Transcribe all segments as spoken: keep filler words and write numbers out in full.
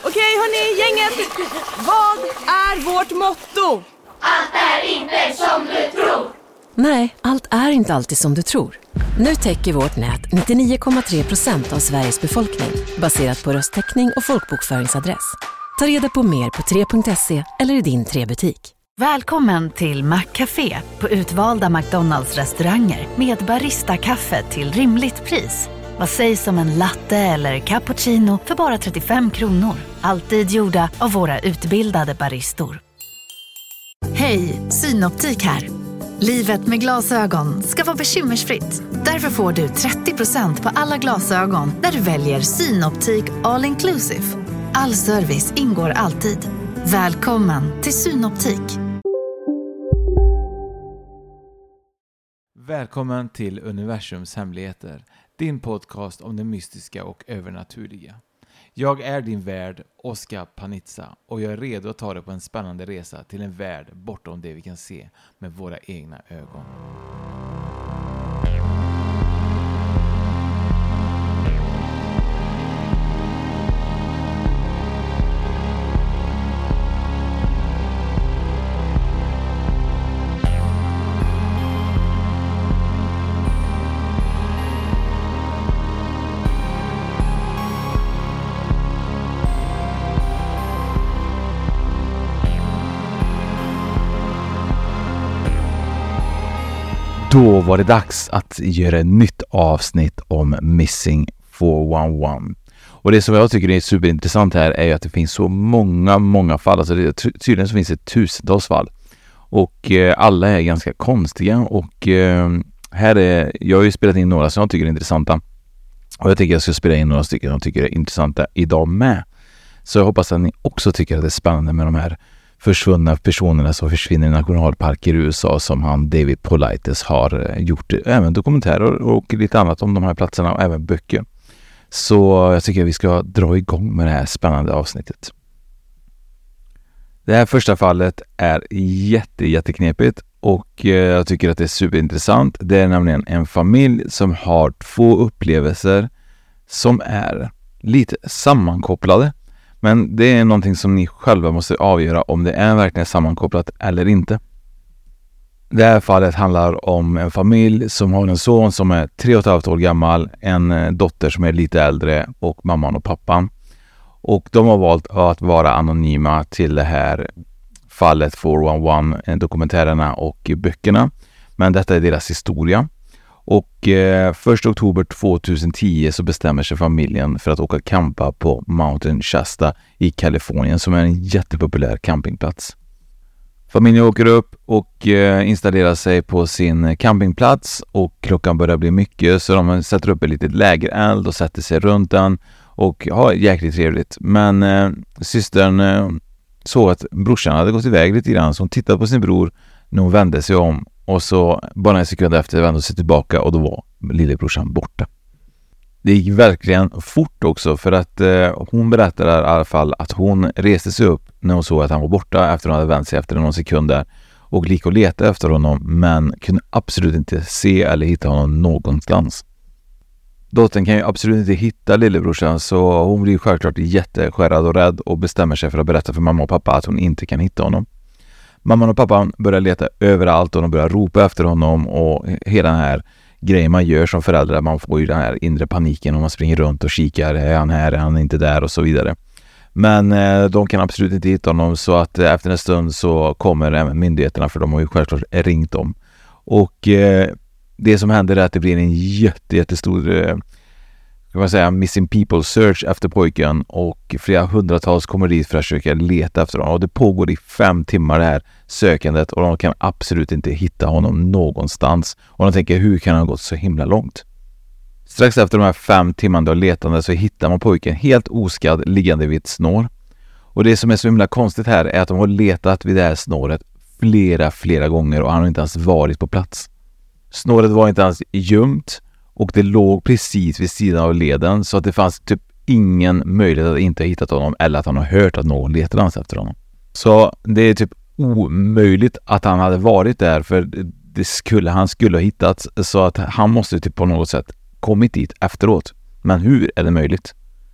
Okej hörni, gänget. Vad är vårt motto? Allt är inte som du tror. Nej, allt är inte alltid som du tror. Nu täcker vårt nät nittionio komma tre procent av Sveriges befolkning baserat på röstteckning och folkbokföringsadress. Ta reda på mer på tre punkt se eller i din tre-butik. Välkommen till McCafé på utvalda McDonalds-restauranger med barista-kaffe till rimligt pris. Vad sägs om en latte eller cappuccino för bara trettiofem kronor? Alltid gjorda av våra utbildade baristor. Hej, Synoptik här. Livet med glasögon ska vara bekymmersfritt. Därför får du trettio procent på alla glasögon när du väljer Synoptik All Inclusive. All service ingår alltid. Välkommen till Synoptik. Välkommen till Universums hemligheter, din podcast om det mystiska och övernaturliga. Jag är din värd, Oskar Panizza, och jag är redo att ta dig på en spännande resa till en värld bortom det vi kan se med våra egna ögon. Då var det dags att göra ett nytt avsnitt om Missing fyrahundraelva. Och det som jag tycker är superintressant här är ju att det finns så många, många fall. Alltså det, tydligen så finns det tusentals fall. Och eh, alla är ganska konstiga. Och eh, här är, jag har ju spelat in några som jag tycker är intressanta. Och jag tycker jag ska spela in några stycken som jag tycker är intressanta idag med. Så jag hoppas att ni också tycker att det är spännande med de här försvunna personerna som försvinner i nationalparker i U S A, som han David Paulides har gjort även dokumentärer och lite annat om de här platserna och även böcker. Så jag tycker att vi ska dra igång med det här spännande avsnittet. Det här första fallet är jätte, jätteknepigt och jag tycker att det är superintressant. Det är nämligen en familj som har två upplevelser som är lite sammankopplade. Men det är någonting som ni själva måste avgöra om det är verkligen sammankopplat eller inte. Det här fallet handlar om en familj som har en son som är tre och ett halvt år gammal, en dotter som är lite äldre och mamman och pappan. Och de har valt att vara anonyma till det här fallet fyrahundraelva, dokumentärerna och böckerna. Men detta är deras historia. Och eh, första oktober tjugohundratio så bestämmer sig familjen för att åka campa på Mountain Shasta i Kalifornien, som är en jättepopulär campingplats. Familjen åker upp och eh, installerar sig på sin campingplats och klockan börjar bli mycket, så de sätter upp ett litet lägereld och sätter sig runt den och har jäkligt trevligt. Men eh, systern eh, såg att brorsan hade gått iväg lite grann, så hon tittade på sin bror när hon vände sig om. Och så bara en sekund efter vände hon sig tillbaka och då var lillebrorsan borta. Det gick verkligen fort också, för att eh, hon berättar i alla fall att hon reste sig upp när hon såg att han var borta efter att hon hade vänt sig efter någon sekund där. Och gick och letade efter honom, men kunde absolut inte se eller hitta honom någonstans. Dottern kan ju absolut inte hitta lillebrorsan, så hon blir självklart jätteskärrad och rädd och bestämmer sig för att berätta för mamma och pappa att hon inte kan hitta honom. Mamman och pappan börjar leta överallt och de börjar ropa efter honom, och hela den här grejen man gör som förälder, man får ju den här inre paniken och man springer runt och kikar, är han här, är han inte där och så vidare. Men eh, de kan absolut inte hitta honom, så att eh, efter en stund så kommer även myndigheterna, för de har ju självklart ringt dem. Och eh, det som händer är att det blir en jätte, jättestor eh, kan man säga, missing people search efter pojken, och flera hundratals kommer dit för att försöka leta efter honom. Och det pågår i fem timmar det här sökandet, och de kan absolut inte hitta honom någonstans. Och de tänker, hur kan han ha gått så himla långt? Strax efter de här fem timmarna av letande så hittar man pojken helt oskadd liggande vid ett snår. Och det som är så himla konstigt här är att de har letat vid det här snåret flera, flera gånger, och han har inte ens varit på plats. Snåret var inte ens gömt. Och det låg precis vid sidan av leden, så att det fanns typ ingen möjlighet att inte ha hittat honom, eller att han har hört att någon letade hans efter honom. Så det är typ omöjligt att han hade varit där, för det skulle, han skulle ha hittats, så att han måste typ på något sätt kommit dit efteråt. Men hur är det möjligt?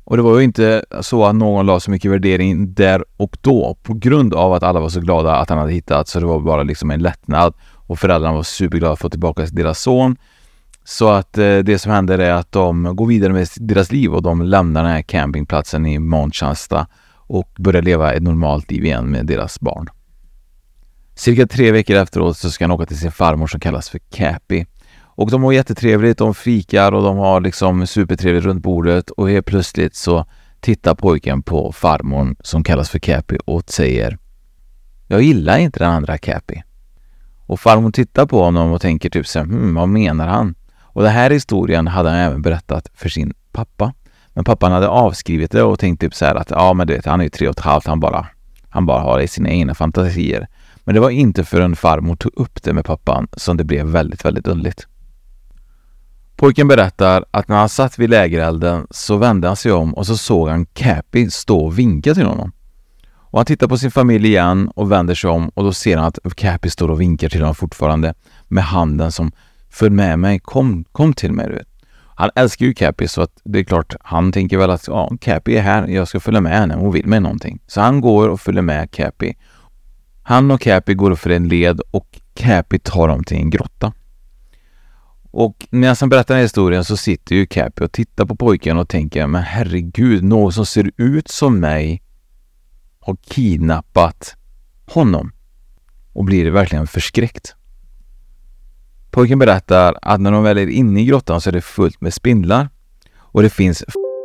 Och det var ju inte så att någon la så mycket värdering där och då på grund av att alla var så glada att han hade hittat, så det var bara liksom en lättnad och föräldrarna var superglada att få tillbaka deras son. Så att eh, det som händer är att de går vidare med deras liv och de lämnar den här campingplatsen i Mount Shasta och börjar leva ett normalt liv igen med deras barn. Cirka tre veckor efteråt så ska han åka till sin farmor som kallas för Cappy. Och de har jättetrevligt, de fikar och de har liksom supertrevligt runt bordet och helt plötsligt så tittar pojken på farmor som kallas för Cappy och säger: jag gillar inte den andra Cappy. Och farmor tittar på honom och tänker typ så här, hm, vad menar han? Och den här historien hade han även berättat för sin pappa. Men pappan hade avskrivit det och tänkt typ så här att ja men du vet, han är ju tre och ett halvt, han bara, han bara har det i sina egna fantasier. Men det var inte förrän farmor tog upp det med pappan som det blev väldigt, väldigt underligt. Pojken berättar att när han satt vid lägerelden så vände han sig om och så såg han Cappy stå och vinka till honom. Och han tittar på sin familj igen och vänder sig om och då ser han att Cappy står och vinkar till honom fortfarande med handen som följ med mig, kom, kom till mig, du vet. Han älskar ju Cappy så att det är klart, han tänker väl att ja, Cappy är här, jag ska följa med henne, hon vill mig någonting. Så han går och följer med Cappy. Han och Cappy går för en led och Cappy tar dem till en grotta. Och när han berättar den här historien så sitter ju Cappy och tittar på pojken och tänker, men herregud, någon som ser ut som mig har kidnappat honom. Och blir verkligen förskräckt. Pojken berättar att när de väl är inne i grottan så är det fullt med spindlar. Och det finns...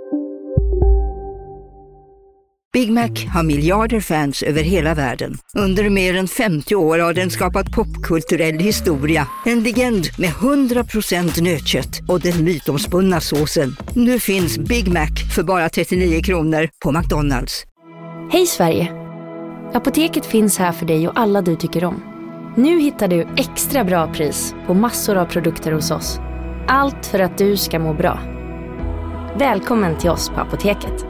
Big Mac har miljarder fans över hela världen. Under mer än femtio år har den skapat popkulturell historia. En legend med hundra procent nötkött och den mytomspunna såsen. Nu finns Big Mac för bara trettionio kronor på McDonalds. Hej Sverige! Apoteket finns här för dig och alla du tycker om. Nu hittar du extra bra pris på massor av produkter hos oss. Allt för att du ska må bra. Välkommen till oss på Apoteket.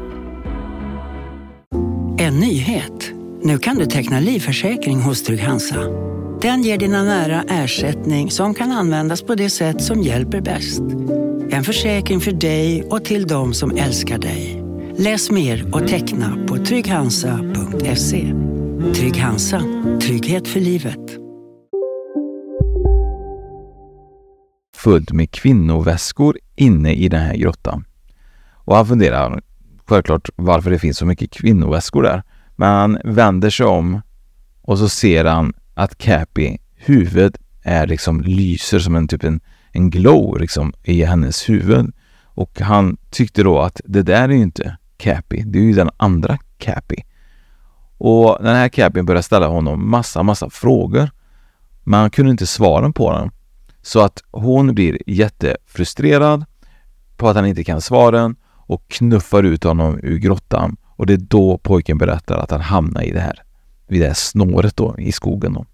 En nyhet. Nu kan du teckna livförsäkring hos Trygg-Hansa. Den ger dina nära ersättning som kan användas på det sätt som hjälper bäst. En försäkring för dig och till de som älskar dig. Läs mer och teckna på trygg hansa punkt se. Trygg-Hansa. Trygghet för livet. Fullt med kvinnoväskor inne i den här grottan. Och han funderar självklart varför det finns så mycket kvinnoväskor där. Men han vänder sig om och så ser han att Cappy, huvudet är liksom lyser som en typ en, en glow liksom i hennes huvud. Och han tyckte då att det där är ju inte Cappy, det är ju den andra Cappy. Och den här Cappy började ställa honom massa, massa frågor. Men han kunde inte svara på dem. Så att hon blir jättefrustrerad på att han inte kan svaren och knuffar ut honom ur grottan. Och det är då pojken berättar att han hamnar i det här, vid det här snåret då, i skogen då.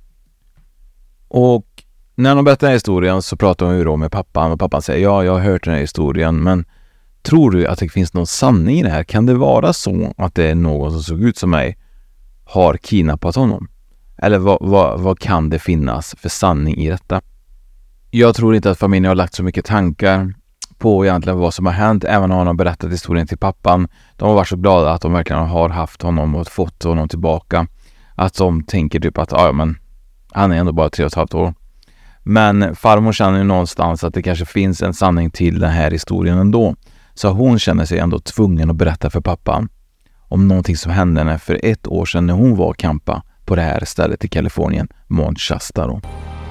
Och när de berättar den här historien så pratar hon ju då med pappan och pappan säger ja, jag har hört den här historien, men tror du att det finns någon sanning i det här? Kan det vara så att det är någon som såg ut som mig har kidnappat honom? Eller vad, vad, vad kan det finnas för sanning i detta? Jag tror inte att familjen har lagt så mycket tankar på egentligen vad som har hänt, även om han har berättat historien till pappan. De har varit så glada att de verkligen har haft honom och fått honom tillbaka. Att de tänker typ att ja, men han är ändå bara tre och ett halvt år. Men farmor känner ju någonstans att det kanske finns en sanning till den här historien ändå. Så hon känner sig ändå tvungen att berätta för pappan om någonting som hände henne för ett år sedan när hon var och campa på det här stället i Kalifornien, Mount Shasta då.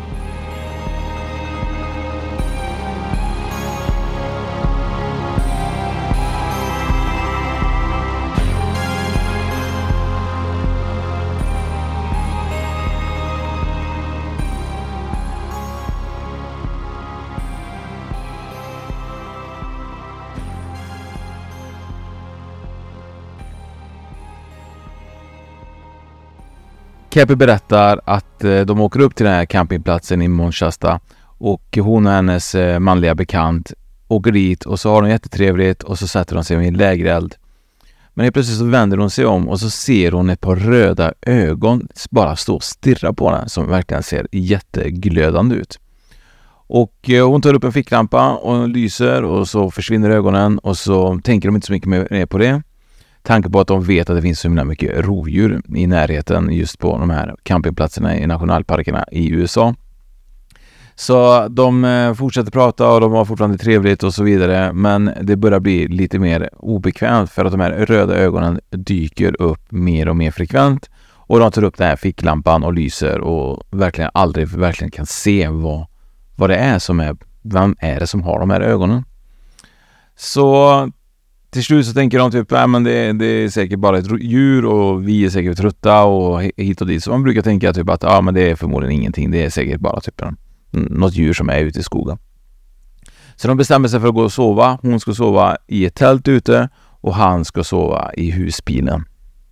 Cappy berättar att de åker upp till den här campingplatsen i Mount Shasta och hon och hennes manliga bekant åker dit och så har de jättetrevligt och så sätter de sig vid en lägereld. Men helt plötsligt så vänder hon sig om och så ser hon ett par röda ögon bara stå och stirra på henne som verkligen ser jätteglödande ut. Och eh, hon tar upp en ficklampa och lyser och så försvinner ögonen och så tänker de inte så mycket mer på det. Tanke på att de vet att det finns så himla mycket rovdjur i närheten just på de här campingplatserna i nationalparkerna i U S A. Så de eh, fortsätter prata och de har fortfarande trevligt och så vidare, men det börjar bli lite mer obekvämt för att de här röda ögonen dyker upp mer och mer frekvent och de tar upp den här ficklampan och lyser och verkligen aldrig verkligen kan se vad, vad det är som är, vem är det som har de här ögonen. Så till slut så tänker de typ, nej men det, det är säkert bara ett djur och vi är säkert trötta och hit och dit. Så man brukar tänka typ att ja men det är förmodligen ingenting, det är säkert bara typ en något djur som är ute i skogen. Så de bestämmer sig för att gå och sova. Hon ska sova i ett tält ute och han ska sova i husbilen.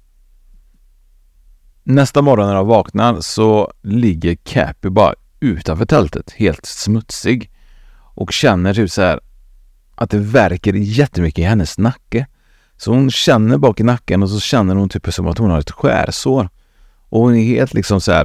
Nästa morgon när de vaknar så ligger Cappy bara utanför tältet, helt smutsig. Och känner typ så här att det verkar jättemycket i hennes nacke. Så hon känner bak i nacken och så känner hon typ som att hon har ett skärsår. Och hon är helt liksom så här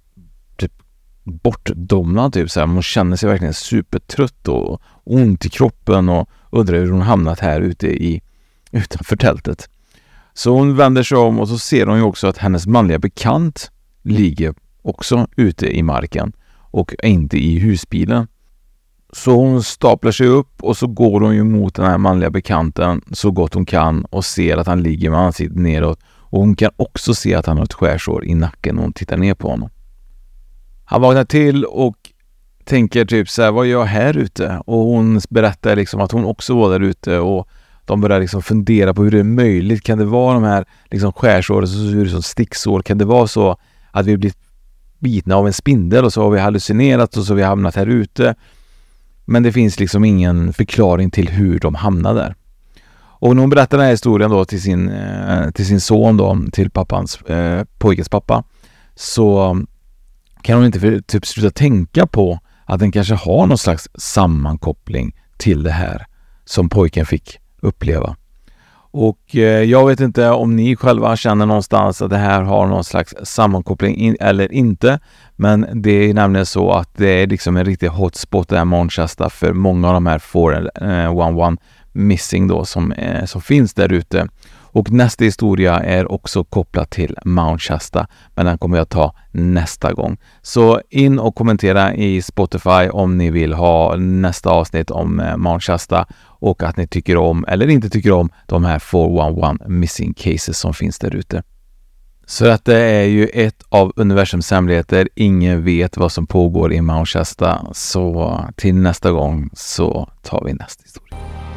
bortdomnad typ så här. Hon känner sig verkligen supertrött och ont i kroppen och undrar hur hon hamnat här ute i utanför tältet. Så hon vänder sig om och så ser hon ju också att hennes manliga bekant ligger också ute i marken och inte i husbilen. Så hon staplar sig upp och så går hon ju mot den här manliga bekanten så gott hon kan och ser att han ligger med ansiktet neråt och hon kan också se att han har ett skärsår i nacken när hon tittar ner på honom. Han vaknar till och tänker typ så här, vad gör jag här ute? Och hon berättar liksom att hon också var där ute och de börjar liksom fundera på hur det är möjligt. Kan det vara de här liksom skärsår och så ser det som sticksår? Kan det vara så att vi blivit bitna av en spindel och så har vi hallucinerat och så har vi hamnat här ute? Men det finns liksom ingen förklaring till hur de hamnade där. Och när hon berättar den här historien då till sin, eh, till sin son då, till pappans, eh, pojkens pappa, så kan hon inte för, typ sluta tänka på att den kanske har någon slags sammankoppling till det här som pojken fick uppleva. Och eh, jag vet inte om ni själva känner någonstans att det här har någon slags sammankoppling in, eller inte. Men det är nämligen så att det är liksom en riktig hotspot där Mount Shasta för många av de här fyra ett ett missing då som, eh, som finns där ute. Och nästa historia är också kopplad till Mount Shasta, men den kommer jag ta nästa gång. Så in och kommentera i Spotify om ni vill ha nästa avsnitt om eh, Mount Shasta och att ni tycker om eller inte tycker om de här fyra ett ett missing cases som finns där ute. Så att det är ju ett av universums hemligheter. Ingen vet vad som pågår i Mount Shasta. Så till nästa gång så tar vi nästa historia.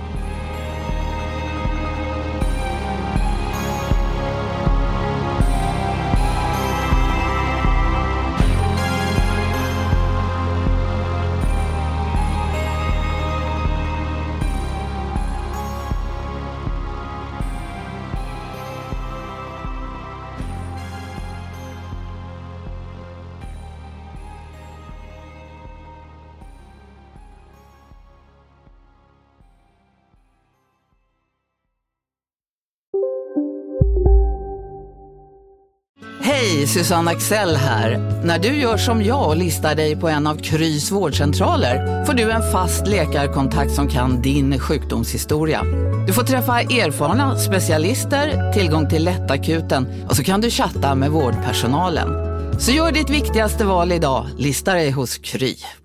Hej, Susanne Axel här. När du gör som jag och listar dig på en av Krys vårdcentraler får du en fast läkarkontakt som kan din sjukdomshistoria. Du får träffa erfarna specialister, tillgång till lättakuten och så kan du chatta med vårdpersonalen. Så gör ditt viktigaste val idag, lista dig hos Kry.